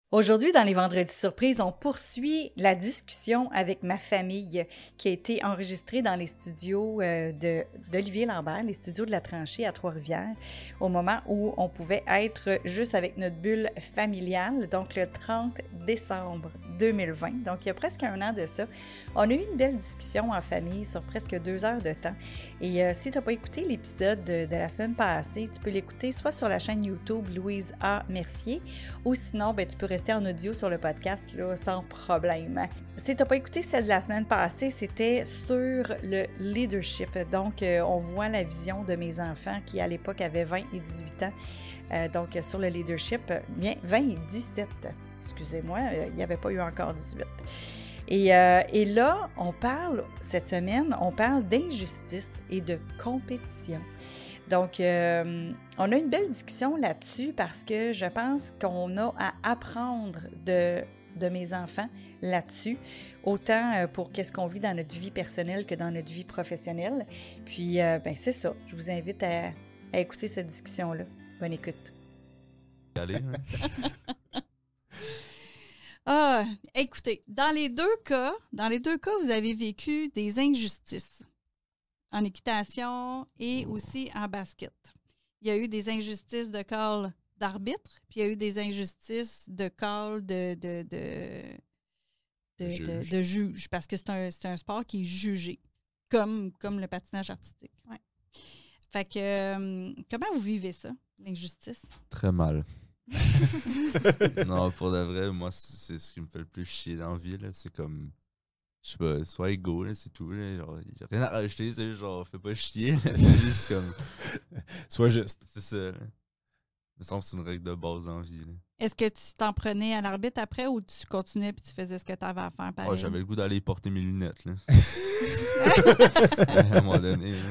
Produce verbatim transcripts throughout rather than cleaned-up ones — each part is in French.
Aujourd'hui, dans les Vendredis Surprises, on poursuit la discussion avec ma famille qui a été enregistrée dans les studios euh, de, d'Olivier Lambert, les studios de la Tranchée à Trois-Rivières, au moment où on pouvait être juste avec notre bulle familiale, donc le trente décembre deux mille vingt. Donc, il y a presque un an de ça. On a eu une belle discussion en famille sur presque deux heures de temps. Et euh, si tu n'as pas écouté l'épisode de, de la semaine passée, tu peux l'écouter soit sur la chaîne YouTube Louise A. Mercier, ou sinon, ben, tu peux rester en audio sur le podcast là, sans problème. Si tu n'as pas écouté celle de la semaine passée, c'était sur le leadership. Donc, euh, on voit la vision de mes enfants qui, à l'époque, avaient vingt et dix-huit ans. Euh, donc, sur le leadership, bien vingt et dix-sept. Excusez-moi, euh, il n'y avait pas eu encore dix-huit. Et, euh, et là, on parle, cette semaine, on parle d'injustice et de compétition. Donc, euh, on a une belle discussion là-dessus parce que je pense qu'on a à apprendre de, de mes enfants là-dessus, autant pour qu'est-ce qu'on vit dans notre vie personnelle que dans notre vie professionnelle. Puis, euh, ben c'est ça. Je vous invite à, à écouter cette discussion-là. Bonne écoute. Allez, hein? Ah, écoutez, dans les deux cas, dans les deux cas, vous avez vécu des injustices en équitation et aussi en basket. Il y a eu des injustices de call d'arbitre, puis il y a eu des injustices de call de, de, de, de, Juge. de, de juge, parce que c'est un, c'est un sport qui est jugé, comme, comme le patinage artistique. Ouais. Fait que, euh, comment vous vivez ça, l'injustice? Très mal. Non, pour de vrai, moi, c'est, c'est ce qui me fait le plus chier dans la vie, là. C'est comme, je sais pas, sois égaux, là, c'est tout, là. Genre, y a rien à rajouter, c'est genre, fais pas chier, là. C'est juste comme, Sois juste. c'est ça, là. Il me semble que c'est une règle de base en vie, là. Est-ce que tu t'en prenais à l'arbitre après ou tu continuais puis tu faisais ce que tu avais à faire pareil? Oh, j'avais le goût d'aller porter mes lunettes, là. À un moment donné, là.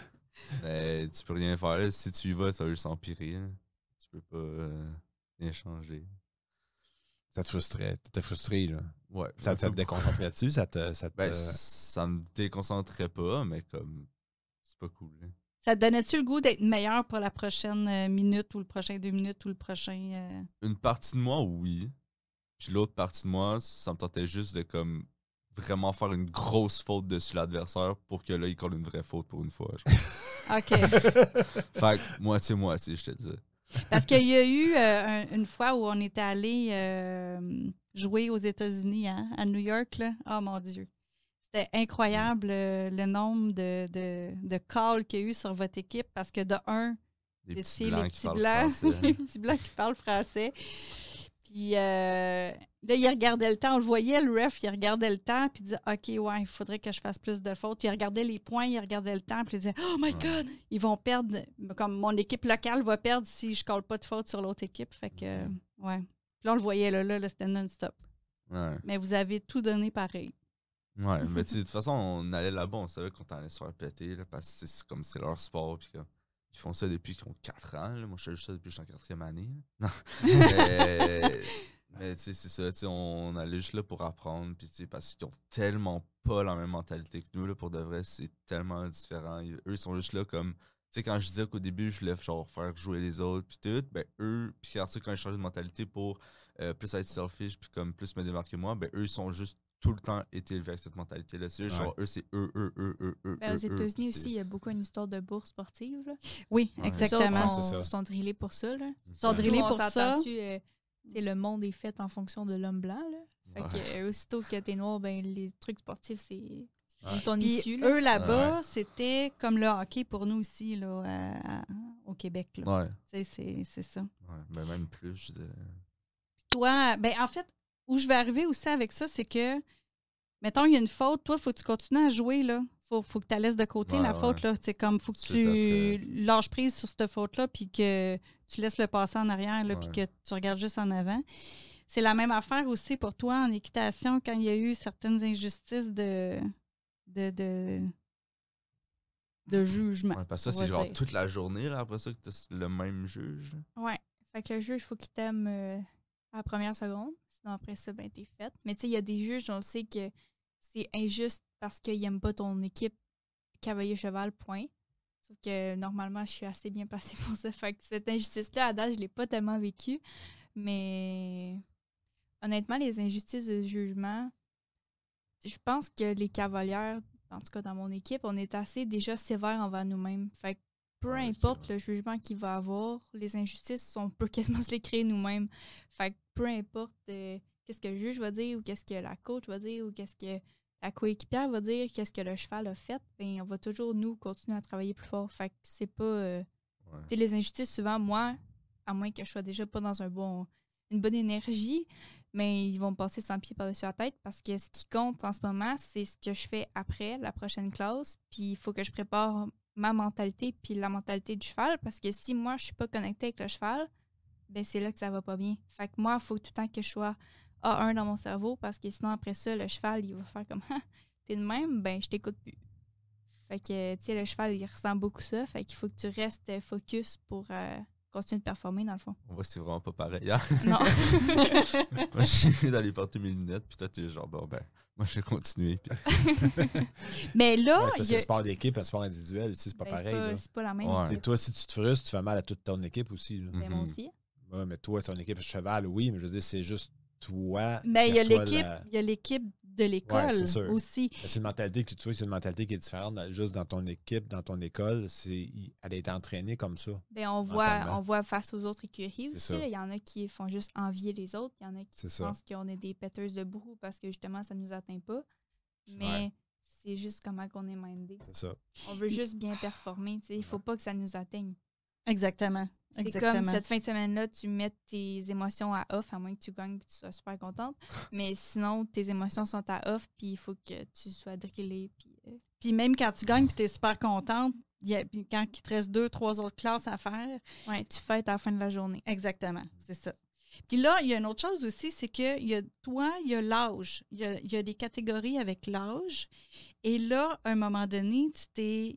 Mais tu peux rien faire, là. Si tu y vas, ça va juste empirer, là. Tu peux pas euh, rien changer. Ça te frustrait. T'étais frustré, là. Ouais. Ça, ça te déconcentrait là-dessus? Ça te. Ça te... Ben, ça me déconcentrait pas, mais comme, c'est pas cool, là. Ça te donnait-tu le goût d'être meilleur pour la prochaine euh, minute ou le prochain deux minutes ou le prochain... euh... Une partie de moi, oui. Puis l'autre partie de moi, ça me tentait juste de comme vraiment faire une grosse faute dessus l'adversaire pour que là, il colle une vraie faute pour une fois. OK. Fait que moitié-moitié, je te dis. Parce qu'il y a eu euh, un- une fois où on était allé euh, jouer aux États-Unis, hein, à New York, là. Oh mon Dieu. C'était incroyable euh, le nombre de, de, de calls qu'il y a eu sur votre équipe parce que de un, Des c'est petits les blancs qui petits parlent blancs, français. les petits blancs qui parlent français. Puis euh, là, il regardait le temps. On le voyait, le ref, il regardait le temps, puis il disait OK, ouais, il faudrait que je fasse plus de fautes. Il regardait les points, il regardait le temps, puis il disait Oh my God, ils vont perdre. Comme mon équipe locale va perdre si je ne colle pas de faute sur l'autre équipe. Fait que, euh, ouais. Puis là, on le voyait, là, là, là c'était non-stop. Ouais. Mais vous avez tout donné pareil. Ouais, mais tu sais, de toute façon, on allait là-bas, on savait qu'on allait se faire péter, là, parce que c'est comme c'est leur sport, puis comme, ils font ça depuis qu'ils ont quatre ans, là. Moi, je fais juste ça depuis que je suis en quatrième année. Là. Non. mais, mais tu sais, c'est ça, tu sais, on allait juste là pour apprendre, puis tu sais, parce qu'ils ont tellement pas la même mentalité que nous, là, pour de vrai, c'est tellement différent. Ils- eux, ils sont juste là comme, tu sais, quand je disais qu'au début, je voulais genre faire jouer les autres, puis tout, ben eux, puis après ça, quand j'ai changé de mentalité pour euh, plus être selfish, puis comme plus me démarquer moi, ben eux, ils sont juste tout le temps été élevés avec cette mentalité-là. C'est juste Ouais. genre, eux, c'est eux, eux, eux, eux, eux, Ben, aux eux, eux, États-Unis puis aussi, c'est- il y a beaucoup une histoire de bourse sportive. Là. Oui, Ouais. exactement. Les autres c'est sont, ça. sont drillés pour ça. Là. Ils sont drillés Nous, on pour ça. s'entend-tu, euh, tu sais, le monde est fait en fonction de l'homme blanc. Là. Fait Ouais. que, euh, aussitôt que t'es noir, ben, les trucs sportifs, c'est c'est Ouais. ton Puis issue. Là. eux, là-bas, c'était comme le hockey pour nous ici, là, à- à- au Québec. Là. Ouais, Tu sais, c'est, c'est ça. ouais, ben même plus. Je dirais. Toi, ben en fait, où je vais arriver aussi avec ça, c'est que, mettons, il y a une faute, toi, il faut que tu continues à jouer, là. Faut, faut que tu la laisses de côté, Ouais, la ouais. faute, là. C'est comme, faut que Suite tu après. lâches prise sur cette faute-là, puis que tu laisses le passer en arrière, là, puis Ouais. que tu regardes juste en avant. C'est la même affaire aussi pour toi en équitation, quand il y a eu certaines injustices de... de, de de jugement. Ouais, parce que ça, on c'est va genre dire. toute la journée, là, après ça, que t'as le même juge. là. Ouais. Fait que le juge, il faut qu'il t'aime euh, à la première seconde. Sinon, après ça, ben, t'es faite. Mais tu sais, il y a des juges, on le sait que c'est injuste parce qu'ils n'aiment pas ton équipe cavalier-cheval, point. Sauf que normalement, je suis assez bien passée pour ça. Fait que cette injustice-là, à date, je l'ai pas tellement vécue. Mais honnêtement, les injustices de jugement, je pense que les cavalières, en tout cas dans mon équipe, on est assez déjà sévères envers nous-mêmes. Fait que peu Ouais, importe c'est le jugement qu'il va avoir, les injustices, on peut quasiment se les créer nous-mêmes. Fait que peu importe euh, qu'est-ce que le juge va dire ou qu'est-ce que la coach va dire ou qu'est-ce que la coéquipière va dire, qu'est-ce que le cheval a fait, ben on va toujours, nous, continuer à travailler plus fort. Fait que c'est pas... Euh, Ouais. tu sais, les injustices, souvent, moi, à moins que je sois déjà pas dans un bon, une bonne énergie, mais ils vont me passer cent pieds par-dessus la tête parce que ce qui compte en ce moment, c'est ce que je fais après la prochaine classe. Puis il faut que je prépare ma mentalité puis la mentalité du cheval parce que si moi, je suis pas connectée avec le cheval, ben c'est là que ça va pas bien. Fait que moi, il faut tout le temps que je sois A un dans mon cerveau parce que sinon, après ça, le cheval, il va faire comme « Ah, t'es de même, ben je t'écoute plus ». Fait que, tu sais, le cheval, il ressent beaucoup ça. Fait qu'il faut que tu restes focus pour euh, continuer de performer, dans le fond. On voit que c'est vraiment pas pareil. Hein? Non. Moi, je suis d'aller porter mes lunettes, puis toi, t'es genre, bon, ben, moi, je vais continuer. Puis... Mais là, Ouais, c'est parce il que y a- le sport d'équipe, le sport individuel, ici, c'est pas Ben, pareil. c'est pas, là. c'est pas la même Ouais. Tu sais, équipe. toi, si tu te frustres, tu fais mal à toute ton équipe aussi. Là. Ben, moi Mhm. aussi. Ouais, mais toi, ton équipe cheval, oui, mais je veux dire, c'est juste toi. mais il y a qui reçois l'équipe, la- il y a l'équipe de l'école c'est sûr. aussi. C'est une mentalité que tu vois, c'est une mentalité qui est différente. dans- Juste dans ton équipe, dans ton école, c'est elle a été entraînée comme ça. Ben, on voit, Mentalement. on voit face aux autres écuries C'est aussi. ça. là. Il y en a qui font juste envier les autres. Il y en a qui C'est ça. pensent qu'on est des péteuses de bourreau parce que justement, ça nous atteint pas. Mais Ouais. c'est juste comment qu'on est mindé. C'est ça. On veut juste bien performer. tu sais. Il faut pas que ça nous atteigne. Exactement. C'est Exactement. comme cette fin de semaine-là, tu mets tes émotions à off, à moins que tu gagnes et que tu sois super contente. Mais sinon, tes émotions sont à off, puis il faut que tu sois drillée. Puis, euh, Puis même quand tu gagnes et tu es super contente, il y a- puis quand il te reste deux, trois autres classes à faire, ouais, tu fêtes à la fin de la journée. exactement, c'est ça. Puis là, il y a une autre chose aussi, c'est que il y a, toi, il y a l'âge. Il y a, il y a des catégories avec l'âge. Et là, à un moment donné, tu t'es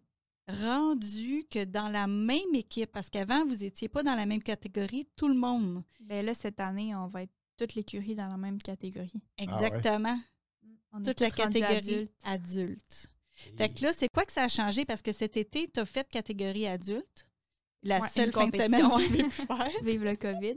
rendu que dans la même équipe, parce qu'avant, vous n'étiez pas dans la même catégorie, tout le monde. Ben là, cette année, on va être toute l'écurie dans la même catégorie. Exactement. On est Toute la toutes rendues catégorie adultes. adulte. Fait que là, c'est quoi que ça a changé? Parce que cet été, tu as fait catégorie adulte. La Ouais, seule une fin de semaine que compétition. tu avais pu faire. Vive le COVID.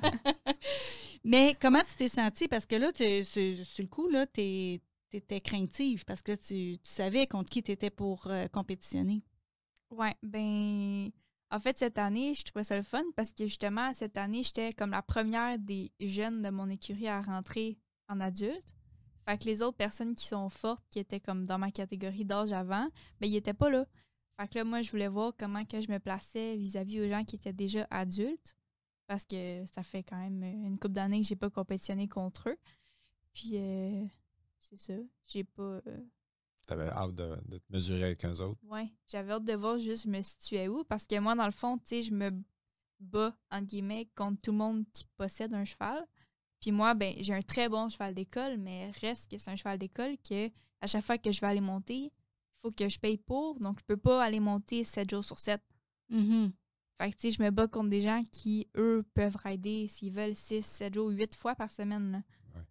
Mais comment tu t'es sentie? Parce que là, t'es- sur, sur le coup, là, tu étais craintive parce que là, tu, tu savais contre qui tu étais pour euh, compétitionner. Ouais, ben, en fait, cette année, je trouvais ça le fun parce que justement, cette année, j'étais comme la première des jeunes de mon écurie à rentrer en adulte. Fait que les autres personnes qui sont fortes, qui étaient comme dans ma catégorie d'âge avant, ben, ils étaient pas là. Fait que là, moi, je voulais voir comment que je me plaçais vis-à-vis aux gens qui étaient déjà adultes parce que ça fait quand même une couple d'années que j'ai pas compétitionné contre eux. Puis, euh, c'est ça. J'ai pas... euh, T'avais hâte de, de te mesurer avec eux autres. Ouais, j'avais hâte de voir juste je me situais où parce que moi, dans le fond, tu sais, je me bats, entre guillemets, contre tout le monde qui possède un cheval. Puis moi, ben, j'ai un très bon cheval d'école, mais reste que c'est un cheval d'école que à chaque fois que je vais aller monter, il faut que je paye pour. Donc, je peux pas aller monter sept jours sur sept. Mhm. Fait que, tu sais, je me bats contre des gens qui, eux, peuvent rider s'ils veulent six, sept jours, huit fois par semaine. Là.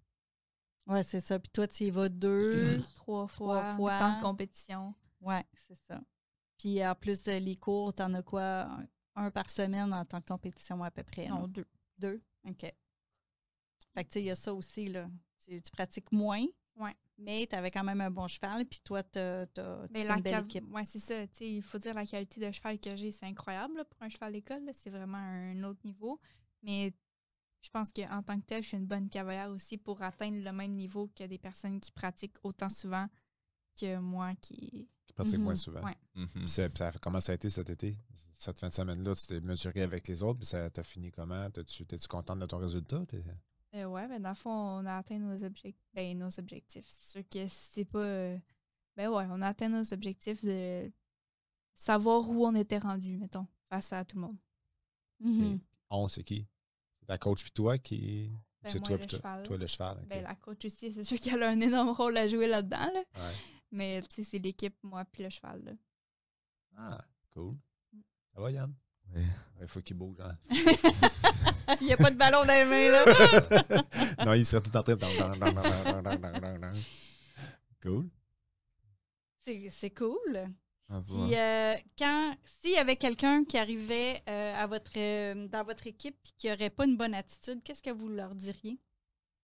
Ouais, c'est ça. Puis toi, tu y vas deux. Trois Trois fois, fois. temps de compétition. Ouais, c'est ça. Puis en plus, euh, les cours, t'en as quoi? Un, un par semaine en temps de compétition à peu près? Non, Non, deux. deux? OK. Fait que tu sais, il y a ça aussi, là. Tu, tu pratiques moins. Ouais. Mais tu avais quand même un bon cheval, puis toi, tu as Mais une la belle cav- équipe. ouais, c'est ça. Tu sais, il faut dire la qualité de cheval que j'ai, c'est incroyable là, pour un cheval d'école. là. C'est vraiment un autre niveau. Mais je pense qu'en tant que tel, je suis une bonne cavalière aussi pour atteindre le même niveau que des personnes qui pratiquent autant souvent que moi qui. Qui pratiquent Mhm. moins souvent. Ouais. Mhm. C'est- ça, comment ça a été cet été? Cette fin de semaine-là, tu t'es mesuré avec les autres, puis ça t'a fini comment? T'es-tu t'es-tu contente de ton résultat? T'es- Euh, ouais, ben dans le fond, on a atteint nos, objec- ben, nos objectifs. C'est sûr que c'est pas. euh, Ben ouais, on a atteint nos objectifs de savoir où on était rendu, mettons, face à tout le monde. Mhm. On, c'est qui? C'est ta coach puis toi qui. Ben, c'est moi, toi le puis toi, cheval. toi le cheval. ok. Ben, la coach aussi, c'est sûr qu'elle a un énorme rôle à jouer là-dedans. Là. Ouais. Mais tu sais, c'est l'équipe, moi, puis le cheval. Là. Ah, cool. Ça va, Yann? Ouais. Il faut qu'il bouge. Hein? Il n'y a pas de ballon dans les mains, là. non, il serait tout en train de. Cool. C'est c'est cool. Ah, Puis, voilà. euh, quand, s'il y avait quelqu'un qui arrivait euh, à votre, euh, dans votre équipe et qui n'aurait pas une bonne attitude, qu'est-ce que vous leur diriez?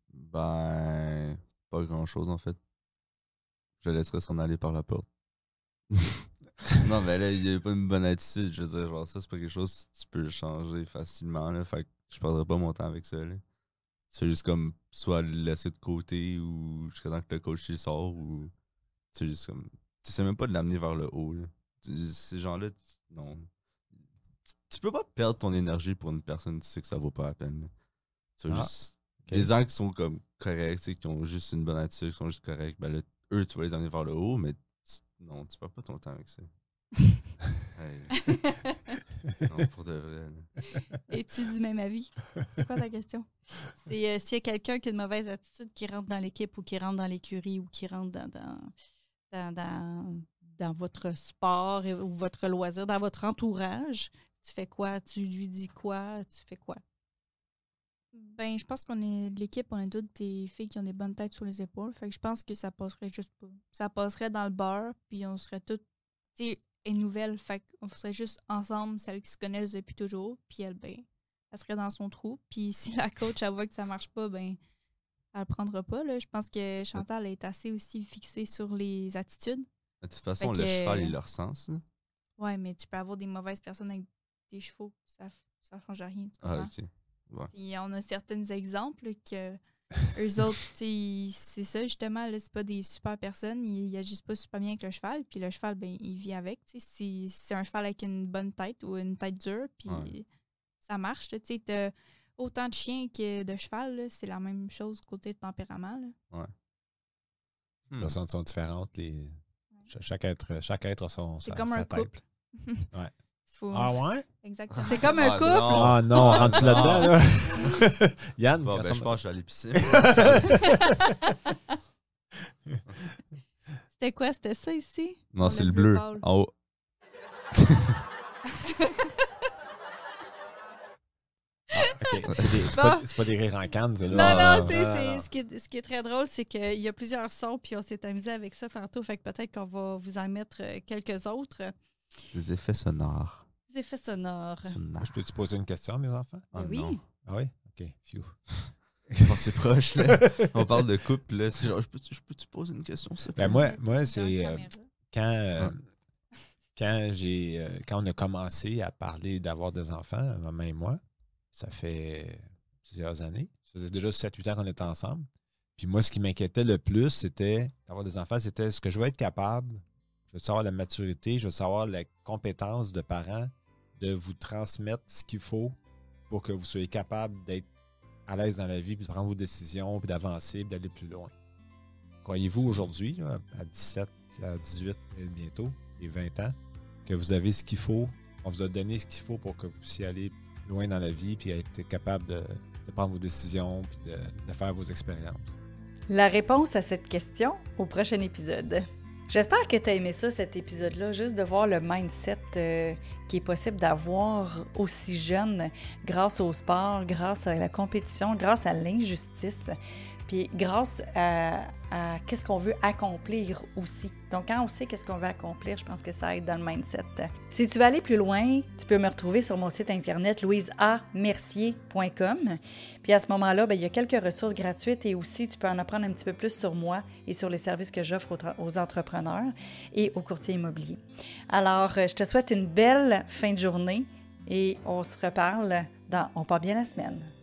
Ben, pas grand-chose, en fait. Je le laisserais s'en aller par la porte. Non, mais là, il n'y a pas une bonne attitude. Je veux dire, genre, ça, c'est pas quelque chose que tu peux changer facilement, là. Fait que je perdrais pas mon temps avec ça, là. C'est juste comme, soit le laisser de côté ou jusqu'à temps que le coach il sort ou. C'est juste comme. Tu sais même pas de l'amener vers le haut, là. Ces gens-là, tu- non. Tu, tu peux pas perdre ton énergie pour une personne, tu sais que ça vaut pas la peine, là. C'est Ah, juste. ok. Les gens qui sont comme corrects, tu sais, qui ont juste une bonne attitude, qui sont juste corrects, ben là, eux, tu vas les amener vers le haut, mais tu- non, tu perds pas ton temps avec ça. Hey. Non, pour de vrai. Là. Es-tu du même avis? C'est quoi ta question? C'est euh, s'il y a quelqu'un qui a une mauvaise attitude qui rentre dans l'équipe ou qui rentre dans l'écurie ou qui rentre dans, dans, dans, dans, dans votre sport et- ou votre loisir, dans votre entourage, tu fais quoi? Tu lui dis quoi? Tu fais quoi? Ben, je pense qu'on est l'équipe, on est toutes des filles qui ont des bonnes têtes sur les épaules. Fait que je pense que ça passerait juste pas. Ça passerait dans le bar, puis on serait toutes, tu sais, et nouvelles. Fait qu'on serait juste ensemble, celles qui se connaissent depuis toujours. Puis elle, ben, elle serait dans son trou. Puis si la coach, elle voit que ça marche pas, ben, elle le prendra pas, là. Je pense que Chantal est assez aussi fixée sur les attitudes. De toute façon, Fait le que- cheval, il leur sens. Là. Ouais, mais tu peux avoir des mauvaises personnes avec des chevaux. Ça, ça change rien, tu Ah, comprends? ok. Ouais. Puis on a certains exemples que eux autres, tu sais, c'est ça justement, là, c'est pas des super personnes, ils, ils agissent pas super bien avec le cheval, puis le cheval, ben, il vit avec, tu sais, si c'est un cheval avec une bonne tête ou une tête dure, puis Ouais. ça marche, tu sais, t'as autant de chiens que de cheval, là, c'est la même chose côté de tempérament, là. Hmm. Les personnes sont différentes. Les... Ch- Chaque être, chaque être a son C'est sa- comme sa un tête. couple. Ouais. Faut- Ah ouais? Exactement. C'est comme un Ah, couple. non. Ah non, rentre-tu là-dedans, là? Yann, Bon, ça ben, je ressemble- pense que je suis allé pisser. C'était quoi? C'était ça ici? Non, Pour c'est le le bleu bleu. pâle. En haut. Ok, c'est des- c'est pas, c'est pas des rires en canne, c'est Non, là. non, c'est, Ah, c'est- non. ce, qui est, ce qui est très drôle, c'est qu'il y a plusieurs sons, puis on s'est amusé avec ça tantôt. Fait que peut-être qu'on va vous en mettre euh, quelques autres. Les effets sonores. Des effets sonores. Sonores. Je peux-tu poser une question à mes enfants? Ah, Ben oui. non. Ah oui? Ok, phew. Bon, c'est proche, là. On parle de couple, là. C'est genre, je peux-tu je peux-tu poser une question, ça? Ben moi, moi Dans c'est la euh, caméra. quand, euh, Ouais. quand j'ai euh, quand on a commencé à parler d'avoir des enfants, maman et moi, ça fait plusieurs années. Ça faisait déjà sept huit ans qu'on était ensemble. Puis moi, ce qui m'inquiétait le plus, c'était d'avoir des enfants, c'était ce que je veux être capable. Je veux savoir la maturité, je veux savoir la compétence de parents de vous transmettre ce qu'il faut pour que vous soyez capable d'être à l'aise dans la vie, puis de prendre vos décisions, puis d'avancer, puis d'aller plus loin. Croyez-vous aujourd'hui, là, à dix-sept, à dix-huit et bientôt, et vingt ans, que vous avez ce qu'il faut, on vous a donné ce qu'il faut pour que vous puissiez aller loin dans la vie, puis être capable de, de prendre vos décisions, puis de, de faire vos expériences? La réponse à cette question au prochain épisode. J'espère que tu as aimé ça, cet épisode-là, juste de voir le mindset euh, qui est possible d'avoir aussi jeune grâce au sport, grâce à la compétition, grâce à l'injustice, puis grâce à, à qu'est-ce qu'on veut accomplir aussi. Donc, quand on sait qu'est-ce qu'on veut accomplir, je pense que ça aide dans le mindset. Si tu veux aller plus loin, tu peux me retrouver sur mon site internet louise a mercier point com. Puis à ce moment-là, bien, il y a quelques ressources gratuites et aussi tu peux en apprendre un petit peu plus sur moi et sur les services que j'offre aux, tra- aux entrepreneurs et aux courtiers immobiliers. Alors, je te souhaite une belle fin de journée et on se reparle dans On part bien la semaine.